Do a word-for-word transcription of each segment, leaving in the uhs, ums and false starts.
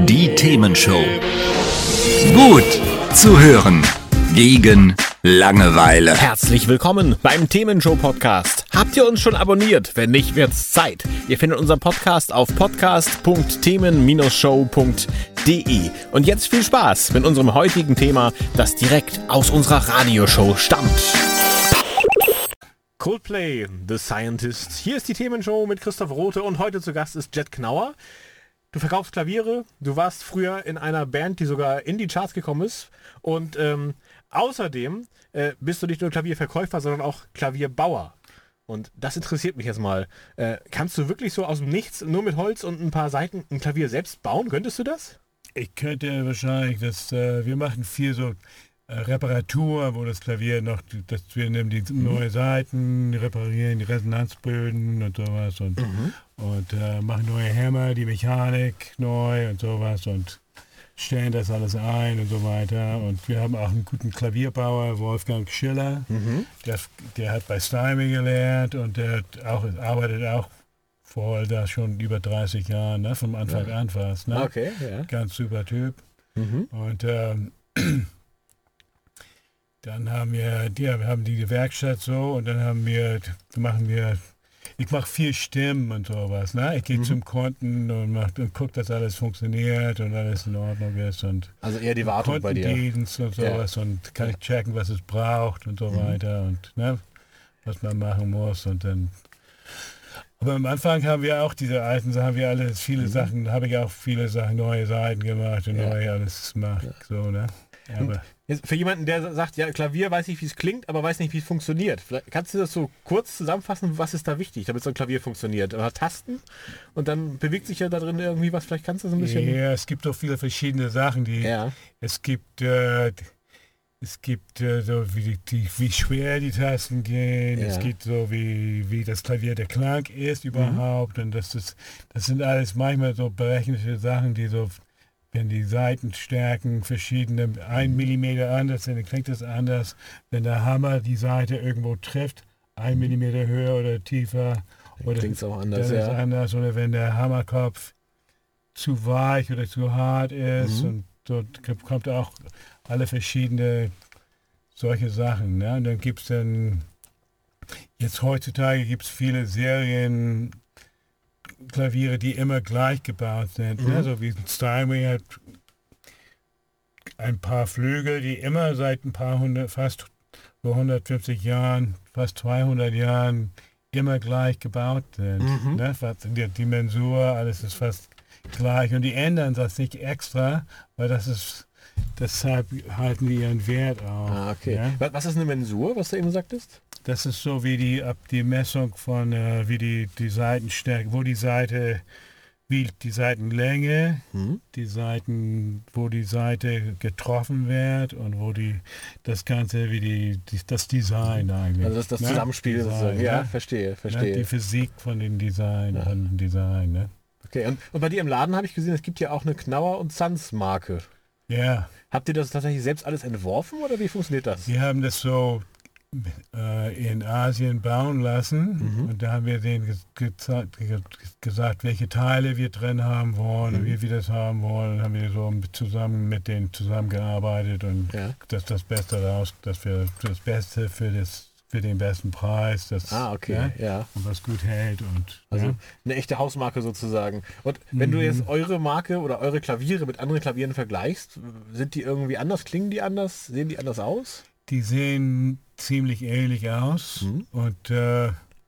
Die Themenshow. Gut zu hören. Gegen Langeweile. Herzlich willkommen beim Themenshow-Podcast. Habt ihr uns schon abonniert? Wenn nicht, wird's Zeit. Ihr findet unseren Podcast auf podcast punkt themen show punkt de. Und jetzt viel Spaß mit unserem heutigen Thema, das direkt aus unserer Radioshow stammt. Coldplay, The Scientist. Hier ist die Themenshow mit Christoph Rothe und heute zu Gast ist Jet Knauer. Du verkaufst Klaviere, du warst früher in einer Band, die sogar in die Charts gekommen ist und ähm, außerdem äh, bist du nicht nur Klavierverkäufer, sondern auch Klavierbauer. Und das interessiert mich jetzt mal. Äh, kannst du wirklich so aus dem Nichts, nur mit Holz und ein paar Saiten, ein Klavier selbst bauen? Könntest du das? Ich könnte wahrscheinlich, das, äh, wir machen viel so äh, Reparatur, wo das Klavier noch, das, wir nehmen die mhm. neue Saiten, reparieren die Resonanzböden und sowas und, mhm. und äh, machen neue Hämmer, die Mechanik neu und sowas und stellen das alles ein und so weiter. Und wir haben auch einen guten Klavierbauer, Wolfgang Schiller, mhm. der, der hat bei Steinway gelernt und der hat auch, arbeitet auch vor da schon über dreißig Jahren, ne, vom Anfang ja. an fast. Ne? Okay, ja. Ganz super Typ. Mhm. Und ähm, dann haben wir, ja, wir haben die Werkstatt so und dann haben wir, machen wir, ich mache viel Stimmen und sowas. Ne? Ich gehe mhm. zum Kunden und, und gucke, dass alles funktioniert und alles in Ordnung ist. Und also eher die Wartung bei dir. Kundendienst und sowas ja. und kann ich checken, was es braucht und so mhm. weiter und ne, was man machen muss und dann. Aber am Anfang haben wir auch diese alten Sachen, haben wir alles, viele mhm. Sachen, habe ich auch viele Sachen, neue Seiten gemacht und ja. neu alles gemacht. Ja. So, ne? Aber jetzt für jemanden, der sagt, ja, Klavier weiß nicht, wie es klingt, aber weiß nicht, wie es funktioniert. Vielleicht kannst du das so kurz zusammenfassen, was ist da wichtig, damit so ein Klavier funktioniert? Man hat Tasten und dann bewegt sich ja da drin irgendwie was, vielleicht kannst du so ein bisschen. Ja, es gibt doch viele verschiedene Sachen, die ja. es gibt, äh, es gibt äh, so wie, die, wie schwer die Tasten gehen, ja. es gibt so wie, wie das Klavier der Klang ist überhaupt mhm. und das ist, das sind alles manchmal so berechnete Sachen, die so, wenn die Saitenstärken verschiedene, ein Millimeter anders sind, dann klingt das anders. Wenn der Hammer die Saite irgendwo trifft, ein Millimeter höher oder tiefer, oder klingt es auch anders, dann ja. ist anders. Oder wenn der Hammerkopf zu weich oder zu hart ist, mhm. und dort kommt auch alle verschiedene solche Sachen. Ne? Und dann gibt es dann, jetzt heutzutage gibt es viele Serien, Klaviere, die immer gleich gebaut sind. Mhm. Ne? So wie Steinway hat ein paar Flügel, die immer seit ein paar hundert, fast hundertfünfzig Jahren, fast zweihundert Jahren immer gleich gebaut sind. Mhm. Ne? Die, die Mensur, alles ist fast gleich und die ändern das nicht extra, weil das ist, deshalb halten die ihren Wert auch. Ah, okay. Ja? Was ist eine Mensur, was du eben sagtest? Das ist so wie die, ab die Messung von, äh, wie die, die Seitenstärke, wo die Seite, wie die Seitenlänge, mhm. die Seiten, wo die Seite getroffen wird und wo die, das Ganze, wie die, die das Design eigentlich. Also das, das Zusammenspiel Design, sozusagen. Ja, ne? verstehe, verstehe. Ja, die Physik von den Design, ja. von dem Design, ne? Okay, und, und bei dir im Laden habe ich gesehen, es gibt ja auch eine Knauer und Sons Marke. Ja. Habt ihr das tatsächlich selbst alles entworfen oder wie funktioniert das? Wir haben das so in Asien bauen lassen mhm. und da haben wir denen ge ge ge gesagt, welche Teile wir drin haben wollen mhm. und wie wir das haben wollen. Dann haben wir so zusammen mit denen zusammengearbeitet und ja. das das Beste raus, dass wir das Beste für das für den besten Preis, das ah, okay. ja, ja. und was gut hält und also ja. eine echte Hausmarke sozusagen. Und wenn mhm. du jetzt eure Marke oder eure Klaviere mit anderen Klavieren vergleichst, sind die irgendwie anders, klingen die anders, sehen die anders aus? Die sehen ziemlich ähnlich aus mhm. und äh,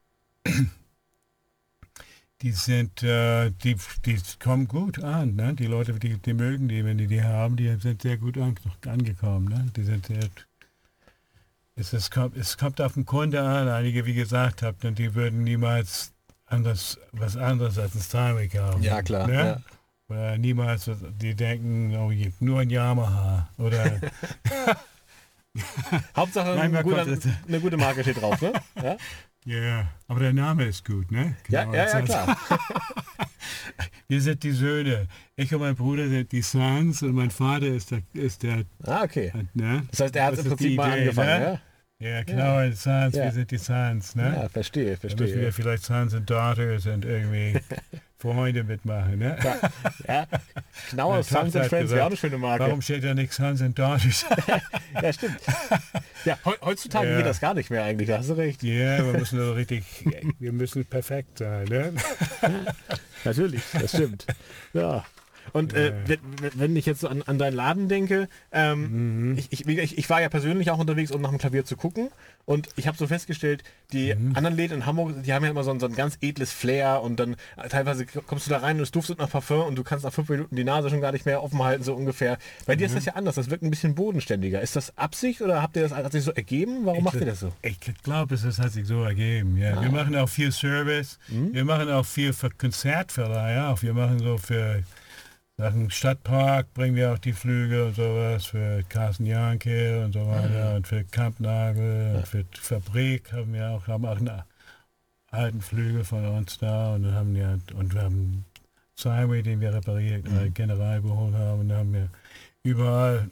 die sind, äh, die, die kommen gut an. Ne? Die Leute, die, die mögen die, wenn die die haben, die sind sehr gut an, angekommen. Ne? Die sind sehr, es, es, kommt, es kommt auf den Kunde an. Einige, wie gesagt habt, und die würden niemals anders, was anderes als ein Steinway haben. Ja, klar. Ne? Ja. Oder niemals, die denken, oh, nur ein Yamaha oder Hauptsache ein guter, eine gute Marke steht drauf, ne? Ja, yeah, aber der Name ist gut, ne? Genau, ja, ja, ja, klar. Wir sind die Söhne. Ich und mein Bruder sind die Sons und mein Vater ist der... Ist der ah, okay. Ne? Das heißt, er hat im Prinzip mal Idee, angefangen, ne? ja? Ja, genau, ja. Sons, ja. wir sind die Sons, ne? Ja, verstehe, verstehe. Da müssen wir vielleicht Sons und Daughters und irgendwie Freunde mitmachen, ne? Ja, ja. Knauer Meine Sons Tochter and hat Friends wäre auch gesagt, eine schöne Marke. Warum steht da nichts Sons and Daughters? Ja, stimmt. Ja, he heutzutage Ja. geht das gar nicht mehr eigentlich, da hast du recht. Ja, wir müssen so richtig, wir müssen perfekt sein, ne? Natürlich, das stimmt. Ja. Und äh, wenn, wenn ich jetzt so an, an deinen Laden denke, ähm, Mhm. ich, ich, wie- ich, ich war ja persönlich auch unterwegs, um nach dem Klavier zu gucken. Und ich habe so festgestellt, die Mhm. anderen Läden in Hamburg, die haben ja immer so ein, so ein ganz edles Flair. Und dann äh, teilweise kommst du da rein und es duftet nach Parfum und du kannst nach fünf Minuten die Nase schon gar nicht mehr offen halten, so ungefähr. Bei dir Mhm. ist das ja anders, das wirkt ein bisschen bodenständiger. Ist das Absicht oder habt ihr das, hat sich so ergeben? Warum macht ihr das so? Ich glaube, es ist- hat sich so ergeben. Ja. Wir machen auch viel Service. Wir machen auch viel für Konzertverleiher. Auch wir machen so für Sachen Stadtpark, bringen wir auch die Flüge und sowas. Für Carsten Janke und so weiter. Und für Kampnagel und für die Fabrik haben wir auch, haben auch einen alten Flügel von uns da. Und, dann haben wir, und wir haben Skyway, den wir repariert, äh, general geholt haben. Und dann haben wir überall...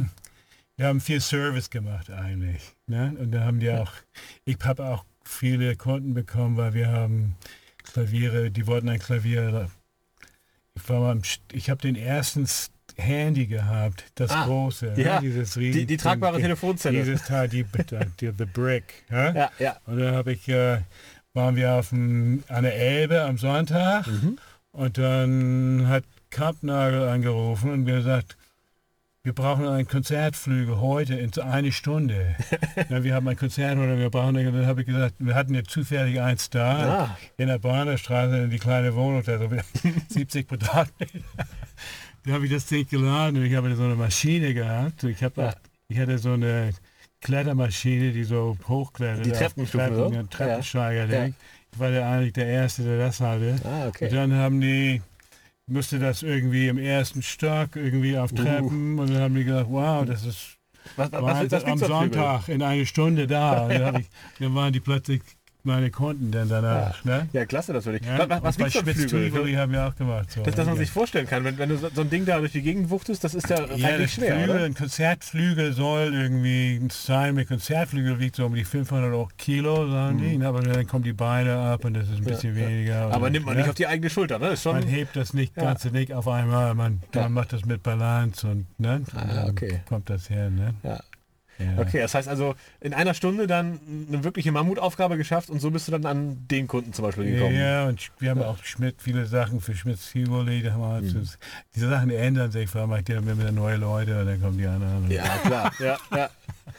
Wir haben viel Service gemacht eigentlich. Ne? Und da haben die auch, ich habe auch viele Kunden bekommen, weil wir haben Klaviere, die wollten ein Klavier. Ich war mal, im St- ich habe den ersten S- Handy gehabt, das Ah, große, ja, ne? dieses riesen, die- die tragbare die- Telefonzelle. Dieses Teil, die, die, the Brick. Ja? Ja, ja. Und dann habe ich, äh, waren wir auf dem, an der Elbe am Sonntag und dann hat Kampnagel angerufen und gesagt, wir brauchen einen Konzertflügel heute in so eine Stunde. Ja, wir haben ein Konzert oder wir brauchen, und dann habe ich gesagt, wir hatten ja zufällig eins da Ah. in der Bahnerstraße, in die kleine Wohnung, da so siebzig Quadratmeter. Da habe ich das Ding geladen und ich habe so eine Maschine gehabt. Ich, habe Ja. auch, ich hatte so eine Klettermaschine, die so hochklettert. Die auf Treppenstufen, Treppen, so? ein Treppensteiger-Ding. Ja. Ich war der, eigentlich der Erste, der das hatte. Ah, okay. Und dann haben die, musste das irgendwie im ersten Stock, irgendwie auf Treppen. Und dann haben die gesagt, wow, das ist Was, was, was, Wahnsinn, was am gibt's da Flügel? Sonntag in eine Stunde da. Und dann, hab ich, dann waren die plötzlich meine Kunden dann danach. Ne? Ja, klasse natürlich. Ja, Was, was, was und bei gibt's da Schmitz Flügel? Tivoli haben wir auch gemacht. So. Das, dass man ja. sich vorstellen kann, wenn, wenn du so, so ein Ding da durch die Gegend wuchtest, das ist ja, Ja, eigentlich das schwer, Flügel, oder? ein Konzertflügel soll irgendwie sein, mit Konzertflügel wiegt so um die fünfhundert Kilo, sagen die, aber dann kommen die Beine ab und das ist ein bisschen weniger. Aber und, nimmt man ja, nicht auf die eigene Schulter, ne? Ist schon, Man hebt das nicht Ja. ganze nicht auf einmal, man, Ja. man macht das mit Balance und ne, und Ah, dann okay. kommt das her. Ne? ja. Ja. Okay, das heißt also, in einer Stunde dann eine wirkliche Mammutaufgabe geschafft und so bist du dann an den Kunden zum Beispiel gekommen. Ja, und wir haben auch Schmidt, viele Sachen für Schmitz Tivoli. Da haben wir halt so- Diese Sachen ändern sich, vor allem macht der immer wieder neue Leute und dann kommen die anderen. Und, Ja, klar. Ja, ja.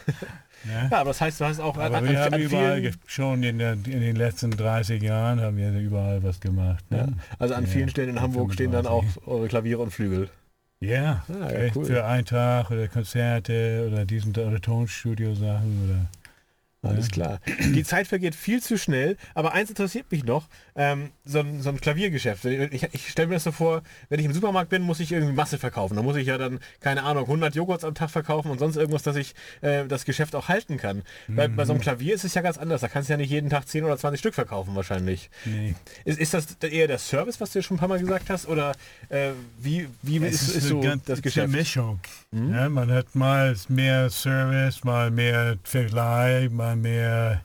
ne? ja, aber das heißt, du hast auch an, Aber an, wir an haben überall, vielen, ge- schon in, der, in den letzten dreißig Jahren haben wir überall was gemacht. ja, Ne? also an Ja, vielen Stellen in Hamburg stehen dann auch fünfunddreißig. eure Klaviere und Flügel. Ja, Ah, ja, echt cool. für einen Tag oder Konzerte oder diesen oder Tonstudio-Sachen oder. Alles Ja. klar. Die Zeit vergeht viel zu schnell, aber eins interessiert mich noch, ähm, so, ein, so ein Klaviergeschäft. Ich, ich stelle mir das so vor, wenn ich im Supermarkt bin, muss ich irgendwie Masse verkaufen. Da muss ich ja dann, keine Ahnung, hundert Joghurts am Tag verkaufen und sonst irgendwas, dass ich äh, das Geschäft auch halten kann. Bei, bei so einem Klavier ist es ja ganz anders. Da kannst du ja nicht jeden Tag zehn oder zwanzig Stück verkaufen wahrscheinlich. Nee. Ist, ist das eher der Service, was du schon ein paar Mal gesagt hast? Oder äh, wie, wie Es ist, ist eine so ganz- das es ist Geschäft? eine Mischung. Ja, man hat mal mehr Service, mal mehr Verleih, mal mehr,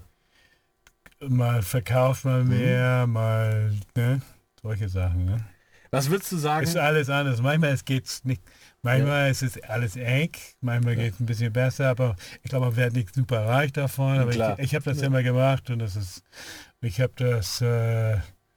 mal verkauft, mal mehr, mal ne? solche Sachen. Ne? Was würdest du sagen? Ist alles anders. Manchmal es geht's nicht. Manchmal ist es alles eng, manchmal geht es ein bisschen besser, aber ich glaube, man wird nicht super reich davon. Aber Klar. ich, ich habe das immer gemacht und das ist, ich habe das, äh,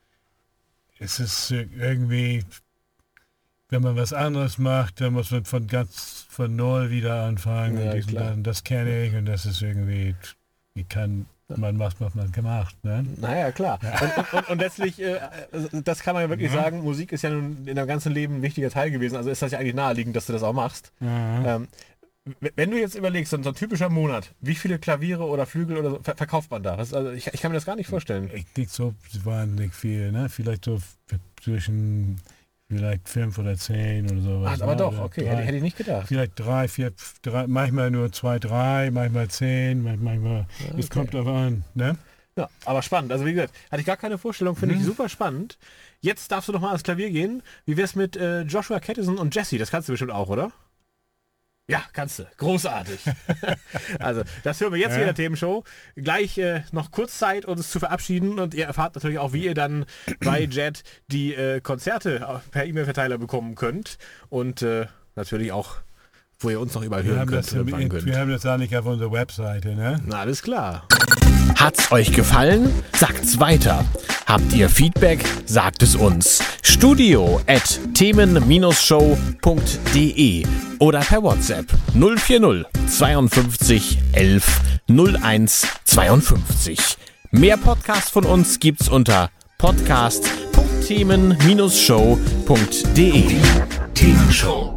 es ist irgendwie, wenn man was anderes macht, dann muss man von ganz von null wieder anfangen. Ja, und diesen, klar. das, das kenne ich und das ist irgendwie, ich kann, man macht, was man gemacht. Ne? Naja, klar. Und, und, und, und letztlich, äh, also das kann man ja wirklich Ja. sagen, Musik ist ja nun in deinem ganzen Leben ein wichtiger Teil gewesen. Also ist das ja eigentlich naheliegend, dass du das auch machst. Ja. Ähm, w- wenn du jetzt überlegst, so ein, so ein typischer Monat, wie viele Klaviere oder Flügel oder so ver verkauft man da? Das, ist also ich, ich kann mir das gar nicht vorstellen. Ich nicht so wahnsinnig viel, ne? Vielleicht so f- zwischen vielleicht fünf oder zehn oder sowas. Ach, aber ne? doch, Oder okay, drei, hätte, hätte ich nicht gedacht. Vielleicht drei, vier, drei, manchmal nur zwei, drei, manchmal zehn, manchmal, es okay. kommt drauf an, ne? Ja, aber spannend. Also wie gesagt, hatte ich gar keine Vorstellung, finde ich super spannend. Jetzt darfst du doch mal ans Klavier gehen. Wie wär's mit äh, Joshua Cattison und Jesse? Das kannst du bestimmt auch, oder? Ja, kannst du. Großartig. Also, das hören wir jetzt Ja. hier in der Themenshow. Gleich äh, noch kurz Zeit, uns zu verabschieden. Und ihr erfahrt natürlich auch, wie ihr dann bei Jet die äh, Konzerte per E-Mail-Verteiler bekommen könnt. Und äh, natürlich auch, wo ihr uns noch überall Wir hören haben, könnt. das, im- empfangen könnt. wir haben das eigentlich auf unserer Webseite, ne? Na, alles klar. Hat's euch gefallen? Sagt's weiter. Habt ihr Feedback? Sagt es uns. Studio at themen show punkt de oder per WhatsApp null vier null zweiundfünfzig elf null eins zweiundfünfzig. Mehr Podcasts von uns gibt's unter podcast punkt themen show punkt de. Themenshow.